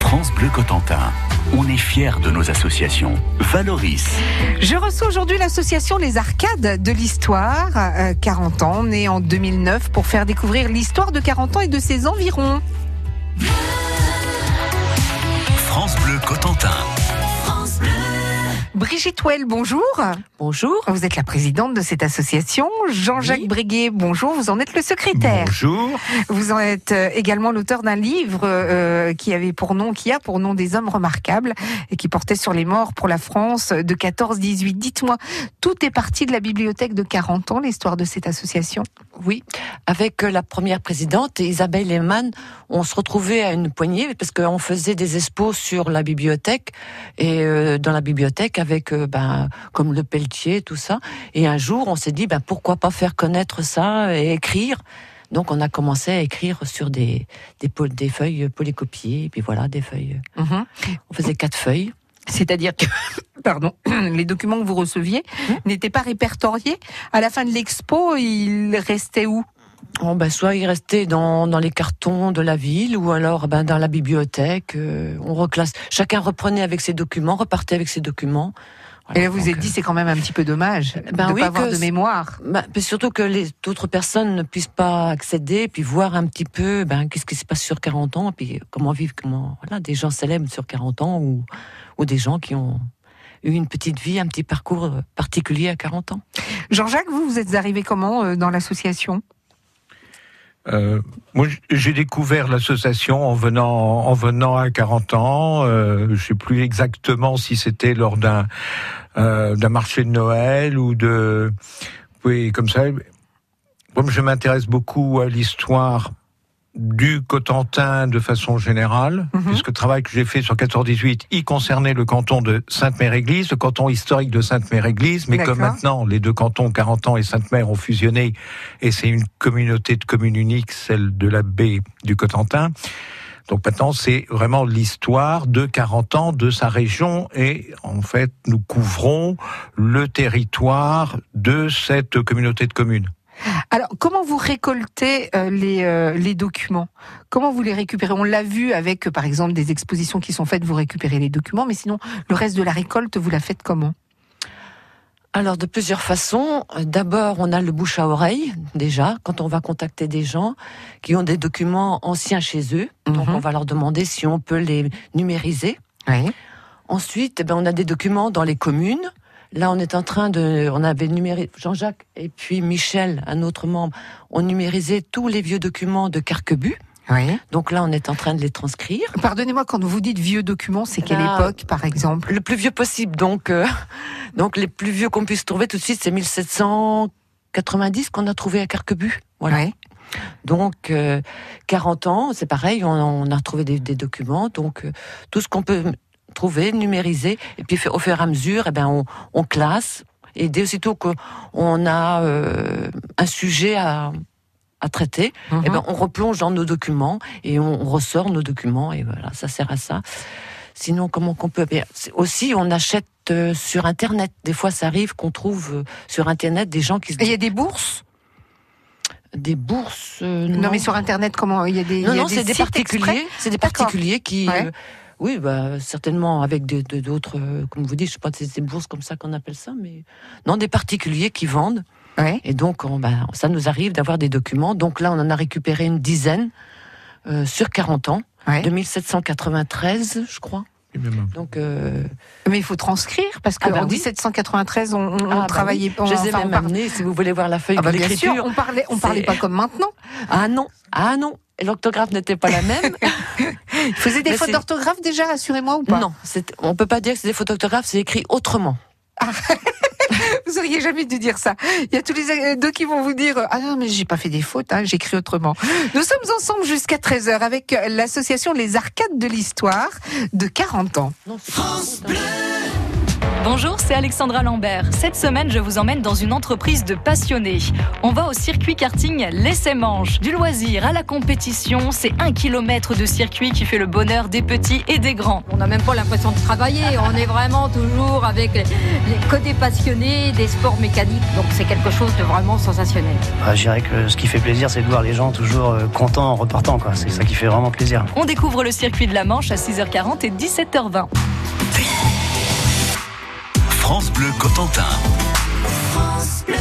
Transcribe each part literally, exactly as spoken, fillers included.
France Bleu Cotentin. On est fiers de nos associations. Valoris. Je reçois aujourd'hui l'association Les Arcades de l'Histoire, euh, quarante ans, née en deux mille neuf, pour faire découvrir l'histoire de quarante ans et de ses environs. France Bleu Cotentin. Brigitte Well, bonjour. Bonjour. Vous êtes la présidente de cette association. Jean-Jacques Oui. Breguet, bonjour. Vous en êtes le secrétaire. Bonjour. Vous en êtes euh, également l'auteur d'un livre euh, qui avait pour nom, qui a pour nom Des hommes remarquables et qui portait sur les morts pour la France de quatorze dix-huit. Dites-moi, tout est parti de la bibliothèque de quarante ans, l'histoire de cette association? Oui, avec la première présidente, Isabelle Lehmann, on se retrouvait à une poignée parce qu'on faisait des expos sur la bibliothèque et euh, dans la bibliothèque avec euh, ben comme le Pelletier, tout ça. Et un jour, on s'est dit ben pourquoi pas faire connaître ça et écrire. Donc on a commencé à écrire sur des des, des feuilles polycopiées et puis voilà des feuilles. Mm-hmm. On faisait quatre feuilles. C'est-à-dire que, pardon, les documents que vous receviez n'étaient pas répertoriés. À la fin de l'expo, ils restaient où? Oh ben soit ils restaient dans dans les cartons de la ville ou alors ben dans la bibliothèque. Euh, on reclasse. Chacun reprenait avec ses documents, repartait avec ses documents. Voilà, et là, vous vous êtes donc, dit, c'est quand même un petit peu dommage ben de ne oui, pas avoir que de mémoire. Ben, mais surtout que les d'autres personnes ne puissent pas accéder, puis voir un petit peu, ben qu'est-ce qui se passe sur quarante ans, puis comment vivent, comment voilà, des gens célèbres sur quarante ans ou ou des gens qui ont eu une petite vie, un petit parcours particulier à quarante ans. Jean-Jacques, vous, vous êtes arrivé comment euh, dans l'association? Euh, moi, j'ai découvert l'association en venant en venant à quarante ans. Euh, je sais plus exactement si c'était lors d'un euh, d'un marché de Noël ou de oui comme ça. Comme je m'intéresse beaucoup à l'histoire du Cotentin de façon générale, mm-hmm. puisque le travail que j'ai fait sur quatorze dix-huit, y concernait le canton de Sainte-Mère-Église, le canton historique de Sainte-Mère-Église, mais D'accord. comme maintenant les deux cantons, quarante ans et Sainte-Mère, ont fusionné, et c'est une communauté de communes unique, celle de la baie du Cotentin. Donc maintenant, c'est vraiment l'histoire de quarante ans de sa région, et en fait, nous couvrons le territoire de cette communauté de communes. Alors, comment vous récoltez euh, les, euh, les documents? Comment vous les récupérez? On l'a vu avec, euh, par exemple, des expositions qui sont faites, vous récupérez les documents, mais sinon, le reste de la récolte, vous la faites comment? Alors, de plusieurs façons. D'abord, on a le bouche à oreille, déjà, quand on va contacter des gens qui ont des documents anciens chez eux. Mm-hmm. Donc, on va leur demander si on peut les numériser. Oui. Ensuite, eh ben, on a des documents dans les communes. Là, on est en train de, on avait numérisé, Jean-Jacques et puis Michel, un autre membre, ont numérisé tous les vieux documents de Carquebus. Oui. Donc là, on est en train de les transcrire. Pardonnez-moi, quand vous dites vieux documents, c'est quelle là, époque, par exemple? Le plus vieux possible. Donc, euh, donc les plus vieux qu'on puisse trouver tout de suite, c'est mille sept cent quatre-vingt-dix qu'on a trouvé à Carquebus. Voilà. Oui. Donc, euh, quarante ans, c'est pareil, on, on a retrouvé des, des documents. Donc, euh, tout ce qu'on peut trouver, numériser, et puis au fur et à mesure, eh ben, on, on classe. Et dès aussitôt qu'on a euh, un sujet à, à traiter, mm-hmm. eh ben, on replonge dans nos documents et on, on ressort nos documents. Et voilà, ça sert à ça. Sinon, comment qu'on peut... Aussi, on achète euh, sur Internet. Des fois, ça arrive qu'on trouve euh, sur Internet des gens qui se... Et il y a des bourses? Des bourses euh, non. non, mais sur Internet, comment? Il y a des, non, il y a non, des c'est des particuliers. exprès? C'est des particuliers qui... Ouais. Euh, oui, bah, certainement avec de, de, d'autres, euh, comme vous dites, je sais pas si c'est des bourses comme ça qu'on appelle ça, mais non, des particuliers qui vendent. Ouais. Et donc, on, bah, ça nous arrive d'avoir des documents. Donc là, on en a récupéré une dizaine euh, sur quarante ans, ouais. de mille sept cent quatre-vingt-treize, je crois. Donc, euh... mais il faut transcrire parce qu'en ah bah oui. dix-sept cent quatre-vingt-treize, on, on ah travaillait pas. Bah oui. Je les ai enfin, même par... amenés, si vous voulez voir la feuille ah bah de l'écriture. Bien sûr, on parlait, on parlait pas comme maintenant. Ah non, ah non. Et l'orthographe n'était pas la même. Il faisait des mais fautes c'est... d'orthographe déjà, assurez-moi, ou pas? Non, c'est... on peut pas dire que c'est des fautes d'orthographe, c'est écrit autrement. Ah. Vous auriez jamais dû dire ça. Il y a tous les deux qui vont vous dire « Ah non, mais j'ai pas fait des fautes, hein, j'écris autrement ». Nous sommes ensemble jusqu'à treize heures avec l'association Les Arcades de l'Histoire de quarante ans. Non, c'est France Bleu. Bonjour, c'est Alexandra Lambert. Cette semaine, je vous emmène dans une entreprise de passionnés. On va au circuit karting l'Essai-Manche. Du loisir à la compétition, c'est un kilomètre de circuit qui fait le bonheur des petits et des grands. On n'a même pas l'impression de travailler. On est vraiment toujours avec les, les, que des passionnés des sports mécaniques. Donc c'est quelque chose de vraiment sensationnel. Ah, je dirais que ce qui fait plaisir, c'est de voir les gens toujours euh, contents en repartant, quoi. C'est ça qui fait vraiment plaisir. On découvre le circuit de la Manche à six heures quarante et dix-sept heures vingt. France Bleu Cotentin. France Bleu.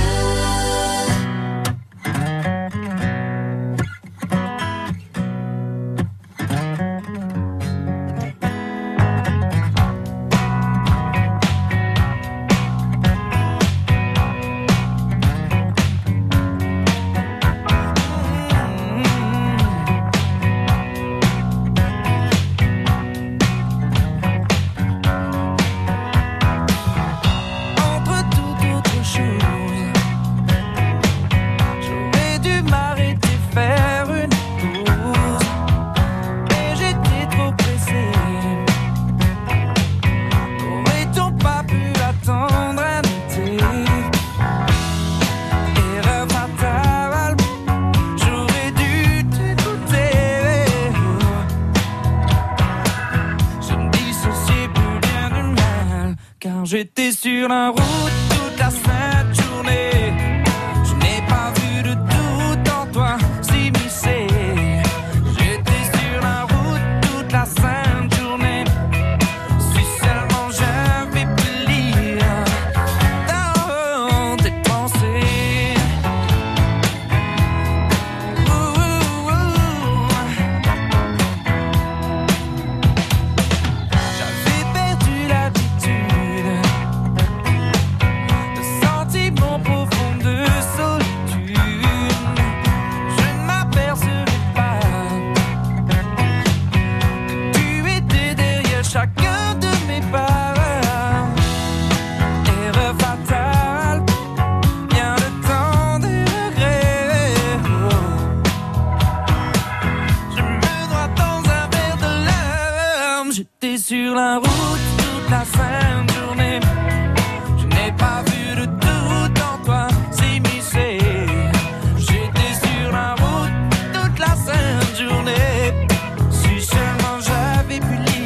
J'étais sur la route toute la sainte journée. Je n'ai pas vu de doute en toi s'immiscer. J'étais sur la route toute la sainte journée. Si seulement j'avais pu lire dans tes pensées. Ouh, ouh, ouh. J'avais perdu l'habitude. Chacun de mes pas, erreur fatale, bien le temps des regrets. Je me noie dans un verre de larmes. J'étais sur la route toute la sainte journée. Je n'ai pas vu de doute en toi s'immiscer. J'étais sur la route toute la sainte journée. Si seulement j'avais pu lire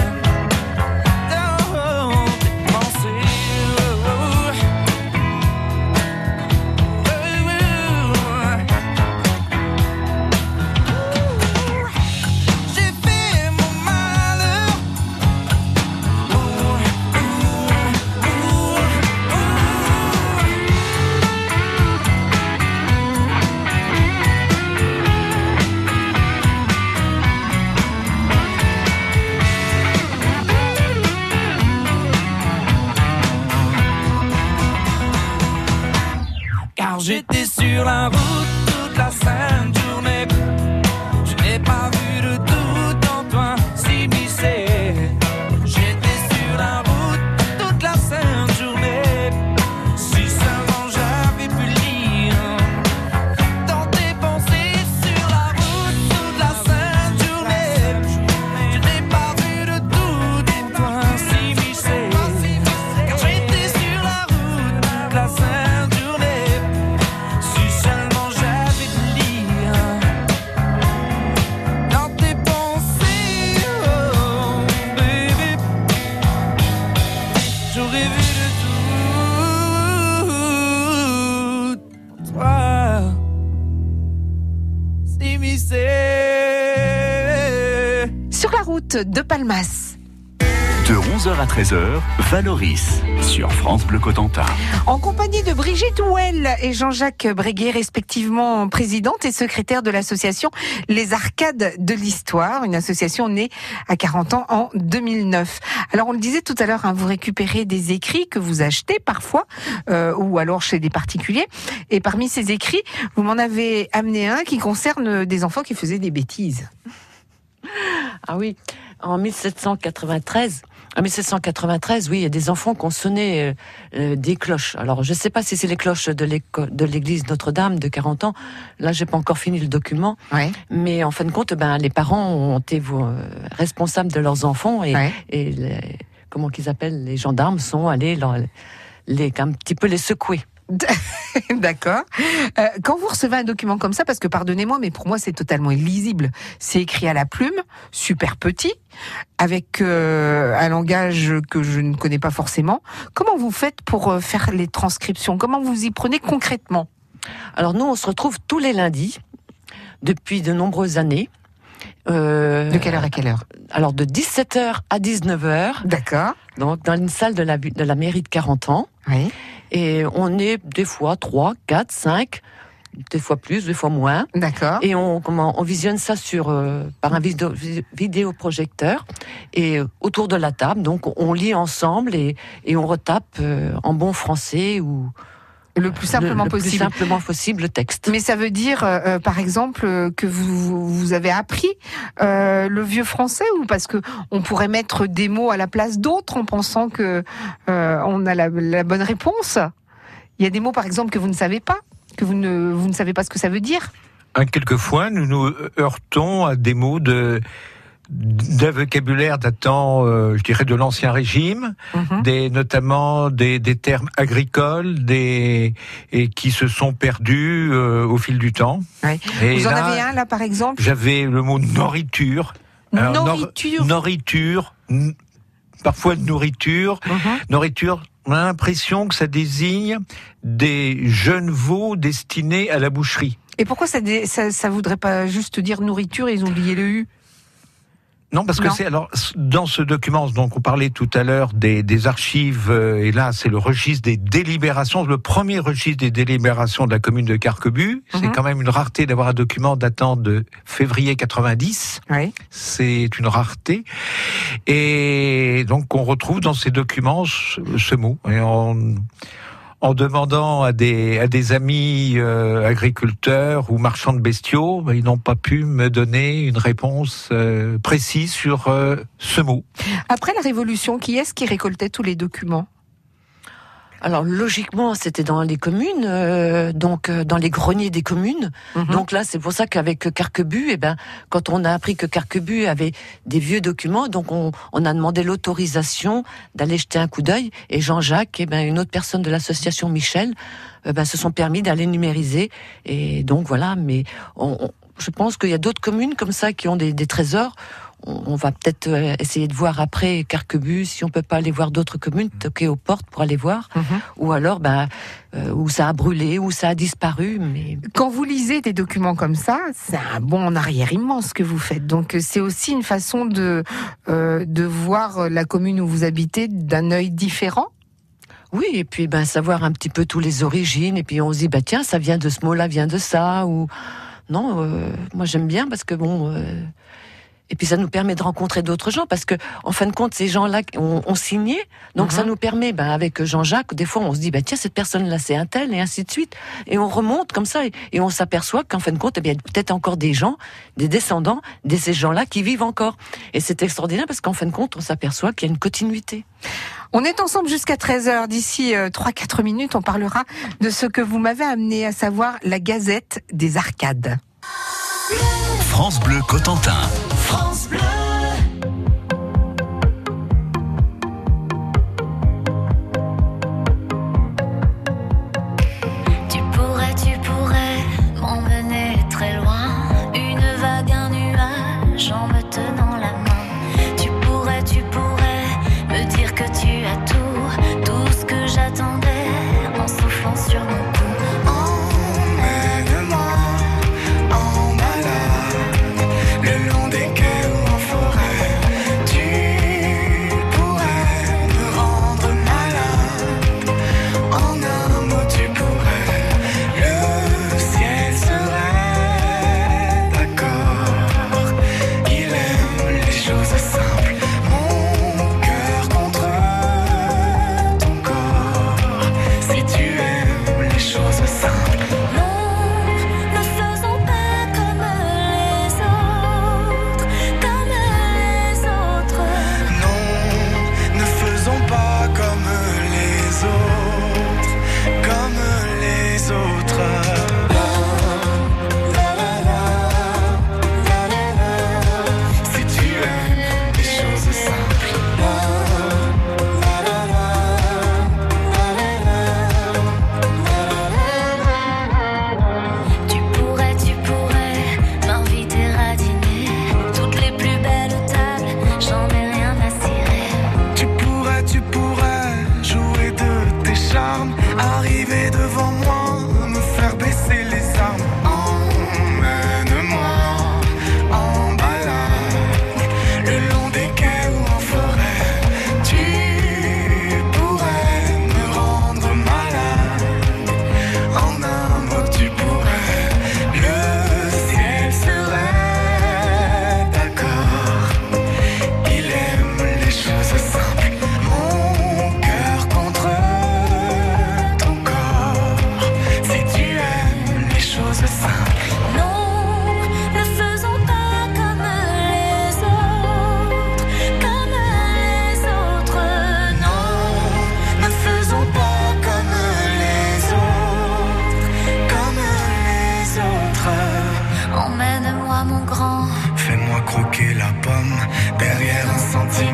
j'étais sur la route toute la sainte journée. Je n'ai pas vu de doute en toi s'immiscer. J'étais sur la route toute la sainte journée. Si seulement j'avais pu lire dans tes pensées. Sur la route toute la sainte journée. Je n'ai pas vu de doute en toi s'immiscer. Car j'étais sur la route toute la sainte journée. Sur la route de Palmas. De onze heures à treize heures, Valoris sur France Bleu Cotentin. En compagnie de Brigitte Houel et Jean-Jacques Breguet, respectivement présidente et secrétaire de l'association Les Arcades de l'Histoire, une association née à quarante ans en deux mille neuf. Alors on le disait tout à l'heure, hein, vous récupérez des écrits que vous achetez parfois, euh, ou alors chez des particuliers. Et parmi ces écrits, vous m'en avez amené un qui concerne des enfants qui faisaient des bêtises. Ah oui, en mille sept cent quatre-vingt-treize, en mille sept cent quatre-vingt-treize, oui, il y a des enfants qui ont sonné euh, euh, des cloches. Alors, je ne sais pas si c'est les cloches de, de l'église Notre-Dame de quarante ans. Là, j'ai pas encore fini le document. Ouais. Mais en fin de compte, ben, les parents ont été euh, responsables de leurs enfants et, ouais. et les, comment qu'ils appellent, les gendarmes sont allés leur, les, un petit peu les secouer. D'accord. Euh, quand vous recevez un document comme ça, parce que pardonnez-moi, mais pour moi c'est totalement illisible. C'est écrit à la plume, super petit, avec euh, un langage que je ne connais pas forcément. Comment vous faites pour euh, faire les transcriptions ? Comment vous y prenez concrètement ? Alors nous, on se retrouve tous les lundis depuis de nombreuses années. Euh, de quelle heure à quelle heure ? Alors de dix-sept heures à dix-neuf heures. D'accord. Donc dans une salle de la, de la mairie de Carentan. Oui. Et on est des fois trois, quatre, cinq, des fois plus, des fois moins. D'accord. Et on, comment, on visionne ça sur, euh, par un vidéo, vidéoprojecteur et euh, autour de la table. Donc on lit ensemble et, et on retape euh, en bon français ou... Le plus simplement le, le possible. Le plus simplement possible le texte. Mais ça veut dire, euh, par exemple, euh, que vous vous avez appris euh, le vieux français, ou parce que on pourrait mettre des mots à la place d'autres en pensant que euh, on a la, la bonne réponse. Il y a des mots, par exemple, que vous ne savez pas, que vous ne vous ne savez pas ce que ça veut dire. Quelquefois, nous nous heurtons à des mots de d'un vocabulaire datant, euh, je dirais, de l'Ancien Régime, mm-hmm. des, notamment des, des termes agricoles, des et qui se sont perdus euh, au fil du temps. Oui. Et vous en là, avez un là, par exemple ? J'avais le mot nourriture. Alors, nourriture. Nor- nourriture. N- parfois nourriture. Mm-hmm. Nourriture. On a l'impression que ça désigne des jeunes veaux destinés à la boucherie. Et pourquoi ça, dé- ça, ça voudrait pas juste dire nourriture et ils ont oublié le U ? Non, parce que non. c'est alors dans ce document, donc on parlait tout à l'heure des, des archives, euh, et là c'est le registre des délibérations, le premier registre des délibérations de la commune de Carquebus. Mm-hmm. C'est quand même une rareté d'avoir un document datant de février quatre-vingt-dix. Oui. C'est une rareté, et donc on retrouve dans ces documents ce, ce mot. Et on, en demandant à des, à des amis euh, agriculteurs ou marchands de bestiaux, ben, ils n'ont pas pu me donner une réponse euh, précise sur euh, ce mot. Après la Révolution, qui est-ce qui récoltait tous les documents ? Alors logiquement, c'était dans les communes, euh, donc euh, dans les greniers des communes. Mm-hmm. Donc là, c'est pour ça qu'avec Carquebus, eh ben, quand on a appris que Carquebus avait des vieux documents, donc on, on a demandé l'autorisation d'aller jeter un coup d'œil. Et Jean-Jacques, et ben, une autre personne de l'association Michel, euh, ben, se sont permis d'aller numériser. Et donc voilà. Mais on, on, je pense qu'il y a d'autres communes comme ça qui ont des, des trésors. On va peut-être essayer de voir après Carquebus, si on peut pas aller voir d'autres communes, toquer aux portes pour aller voir, mm-hmm. ou alors ben, euh, où ça a brûlé, où ça a disparu. Mais... Quand vous lisez des documents comme ça, c'est un bond en arrière immense que vous faites. Donc c'est aussi une façon de, euh, de voir la commune où vous habitez d'un œil différent. Oui, et puis ben, savoir un petit peu tous les origines, et puis on se dit, bah, tiens, ça vient de ce mot-là, vient de ça, ou... Non, euh, moi j'aime bien parce que bon... Euh... Et puis ça nous permet de rencontrer d'autres gens, parce que en fin de compte, ces gens-là ont, ont signé, donc mm-hmm. ça nous permet, ben, avec Jean-Jacques, des fois on se dit, ben, tiens, cette personne-là c'est un tel, et ainsi de suite, et on remonte comme ça, et, et on s'aperçoit qu'en fin de compte, eh bien, il y a peut-être encore des gens, des descendants de ces gens-là qui vivent encore. Et c'est extraordinaire, parce qu'en fin de compte, on s'aperçoit qu'il y a une continuité. On est ensemble jusqu'à treize heures. D'ici euh, trois à quatre minutes, on parlera de ce que vous m'avez amené, à savoir la Gazette des Arcades. France Bleu Cotentin. France Bleu. Tu pourrais, tu pourrais m'emmener très loin. Une vague, un nuage en me tenant la main. Tu pourrais, tu pourrais me dire que tu as tout, tout ce que j'attendais en soufflant sur mon cou. Emmène-moi en balade le long des quais où on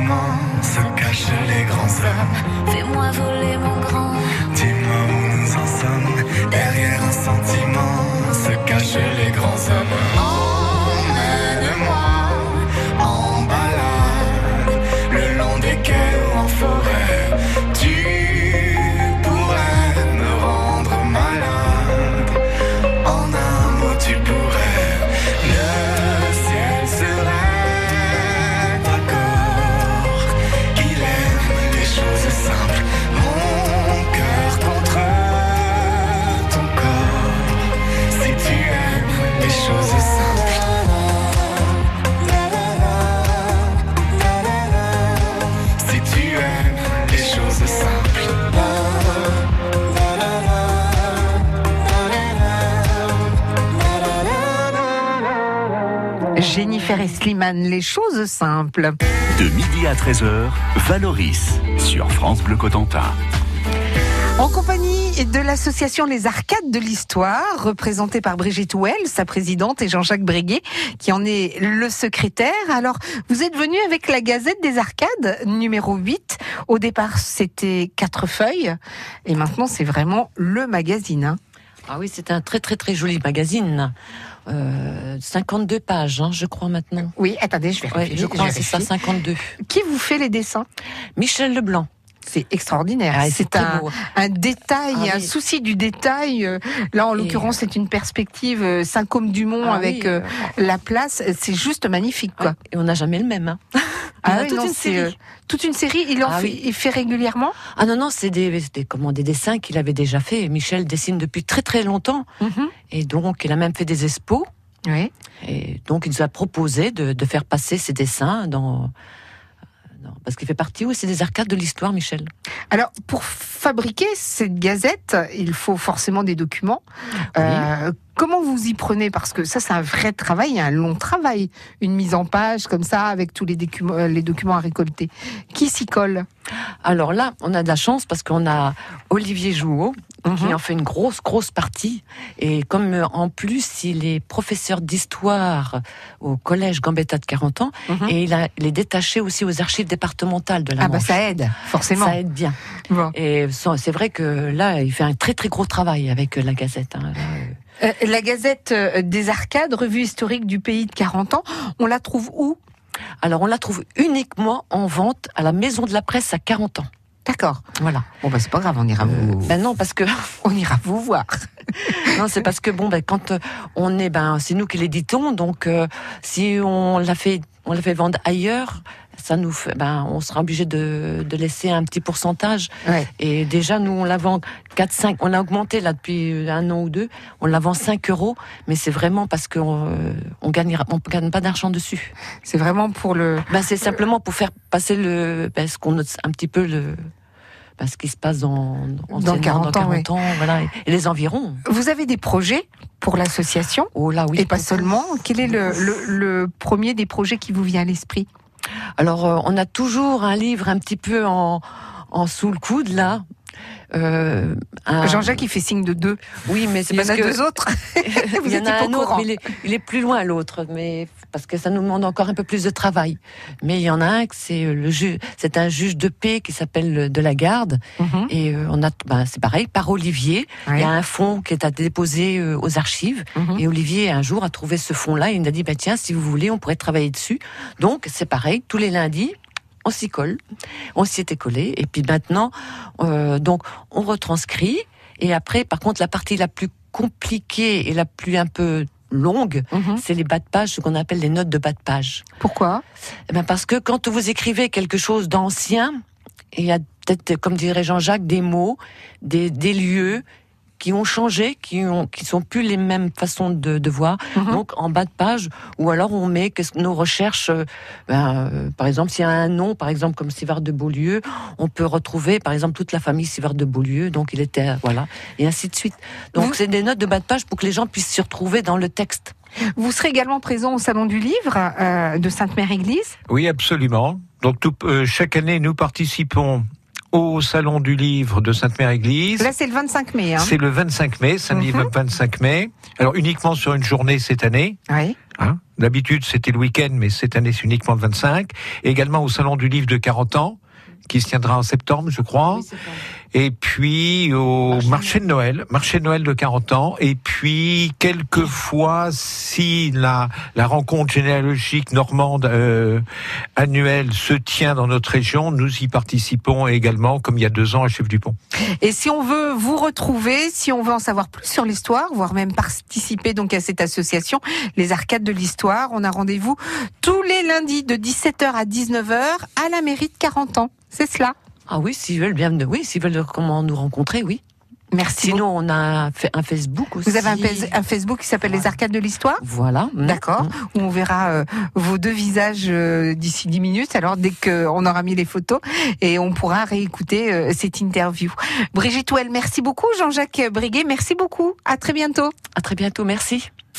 sentiments se cachent les grands hommes. Fais-moi voler mon grand. Dis-moi où nous en sommes. Derrière un sentiment se cachent les grands hommes. Emmène-moi en balade, le long des quais ou en forêt. Tu pourrais me rendre malade. En un mot, tu pourrais. Le ciel serait d'accord qu'il aime les choses simples. Mon cœur contre ton corps. Si tu aimes les choses simples. Si tu aimes les choses simples. Jennifer et Slimane, les choses simples. De midi à treize heures, Valoris sur France Bleu Cotentin. En compagnie de l'association Les Arcades de l'Histoire, représentée par Brigitte Houel, sa présidente, et Jean-Jacques Breguet, qui en est le secrétaire. Alors, vous êtes venu avec la Gazette des Arcades, numéro huit. Au départ, c'était quatre feuilles, et maintenant, c'est vraiment le magazine. Hein. Ah oui, c'est un très très très joli magazine. Euh, cinquante-deux pages, hein, je crois maintenant. Oui, attendez, je vais Ouais, je crois que c'est ça, cinquante-deux. Qui vous fait les dessins ? Michel Leblanc. C'est extraordinaire. Ah, c'est c'est très un, beau. un détail, Ah, un oui. souci du détail. Là, en Et l'occurrence, c'est une perspective euh, Saint-Côme-du-Mont Ah avec oui, euh, euh, la place. C'est juste magnifique, quoi. Ouais, et on n'a jamais le même. Hein. On Ah a oui, toute non, une c'est, série. euh, toute une série. Il en Ah fait, oui. il fait régulièrement. Ah non, non, c'est des, des, comment, des dessins qu'il avait déjà fait. Michel dessine depuis très très longtemps. Mm-hmm. Et donc, il a même fait des expos. Oui. Et donc, il nous a proposé de, de faire passer ses dessins dans... Non, parce qu'il fait partie aussi des arcades de l'histoire, Michel. Alors, pour fabriquer cette gazette, il faut forcément des documents. Oui. Euh, comment vous y prenez ? Parce que ça, c'est un vrai travail, un long travail. Une mise en page comme ça, avec tous les, documents, les documents à récolter. Qui s'y colle ? Alors là, on a de la chance parce qu'on a Olivier Jouot, qui Mhm. en fait une grosse, grosse partie. Et comme euh, en plus, il est professeur d'histoire au collège Gambetta de Carentan, Mhm. et il, a, il est détaché aussi aux archives départementales de la Ah bah Manche. ça aide, forcément. Ça aide bien. Bon. Et ça, c'est vrai que là, il fait un très, très gros travail avec euh, la Gazette. Hein. Là, euh, Euh, la Gazette euh, des Arcades, revue historique du pays de quarante ans, on la trouve où ? Alors, on la trouve uniquement en vente à la Maison de la Presse à quarante ans. D'accord. Voilà. Bon bah c'est pas grave, on ira vous, Ben non, parce que on ira vous voir. non, c'est parce que bon, ben quand euh, on est, ben c'est nous qui l'éditons, donc euh, si on l'a fait, on l'a fait vendre ailleurs, ça nous fait, ben on sera obligé de, de laisser un petit pourcentage. Ouais. Et déjà, nous on la vend quatre, cinq, on a augmenté là depuis un an ou deux, on la vend cinq euros, mais c'est vraiment parce qu'on euh, on gagne, on gagne pas d'argent dessus. C'est vraiment pour le. Ben c'est simplement pour faire passer le, ben, ce qu'on note un petit peu le. Ben, ce qui se passe dans, en Dans quarante ans, oui. ans, voilà, et, et les environs. Vous avez des projets pour l'association ? Oh là, oui. Et pas seulement. Quel est le, le, le premier des projets qui vous vient à l'esprit ? Alors, euh, on a toujours un livre un petit peu en, en sous le coude, là. Euh, un... Jean-Jacques, il fait signe de deux. Oui, mais c'est Il y en parce a que... deux autres. Vous il y en étiez a pas un au autre, courant. mais il est, il est plus loin, l'autre, mais parce que ça nous demande encore un peu plus de travail. Mais il y en a un, que c'est le juge, c'est un juge de paix qui s'appelle de la Garde, Mhm. et euh, on a, ben, c'est pareil, par Olivier. Ouais. Il y a un fonds qui est à déposer euh, aux archives, Mhm. et Olivier un jour a trouvé ce fonds-là, et il nous a dit, bah tiens, si vous voulez, on pourrait travailler dessus. Donc c'est pareil, tous les lundis. On s'y colle, on s'y était collé, et puis maintenant, euh, donc on retranscrit, et après, par contre, la partie la plus compliquée et la plus un peu longue, Mhm. c'est les bas de page, ce qu'on appelle les notes de bas de page. Pourquoi ? Eh ben parce que quand vous écrivez quelque chose d'ancien, il y a peut-être, comme dirait Jean-Jacques, des mots, des, des lieux qui ont changé, qui ont, qui sont plus les mêmes façons de, de voir. Mhm. Donc en bas de page, ou alors on met que nos recherches, euh, ben, euh, par exemple, s'il y a un nom, par exemple comme Sivard de Beaulieu, on peut retrouver, par exemple, toute la famille Sivard de Beaulieu. Donc il était, euh, voilà, et ainsi de suite. Donc Mhm. c'est des notes de bas de page pour que les gens puissent se retrouver dans le texte. Vous serez également présent au Salon du Livre euh, de Sainte-Mère-Église ? Oui, absolument. Donc tout, euh, chaque année, nous participons au Salon du Livre de Sainte-Mère-Église. Là, c'est le vingt-cinq mai. Hein. C'est le vingt-cinq mai, samedi Mhm. vingt-cinq mai. Alors, uniquement sur une journée cette année. Oui. Hein. D'habitude, c'était le week-end, mais cette année, c'est uniquement le vingt-cinq. Et également au Salon du Livre de quarante ans, qui se tiendra en septembre, je crois. Oui, c'est ça. Et puis au Marché marché de Noël, marché de Noël de quarante ans. Et puis quelquefois, si la la rencontre généalogique normande euh, annuelle se tient dans notre région, nous y participons également, comme il y a deux ans à Chef-du-Pont. Et si on veut vous retrouver, si on veut en savoir plus sur l'histoire, voire même participer donc à cette association, les Arcades de l'Histoire, on a rendez-vous tous les lundis de dix-sept heures à dix-neuf heures à la mairie de quarante ans. C'est cela. Ah oui, s'ils veulent bien, oui, s'ils veulent comment nous rencontrer, oui. Merci. Sinon, on a fait un Facebook aussi. Vous avez un, pes- un Facebook qui s'appelle Voilà. les Arcades de l'Histoire. Voilà. D'accord, Mmh. où on verra euh, vos deux visages euh, d'ici dix minutes, alors dès qu'on aura mis les photos, et on pourra réécouter euh, cette interview. Brigitte Houel, merci beaucoup. Jean-Jacques Briguet, merci beaucoup. À très bientôt. À très bientôt, merci.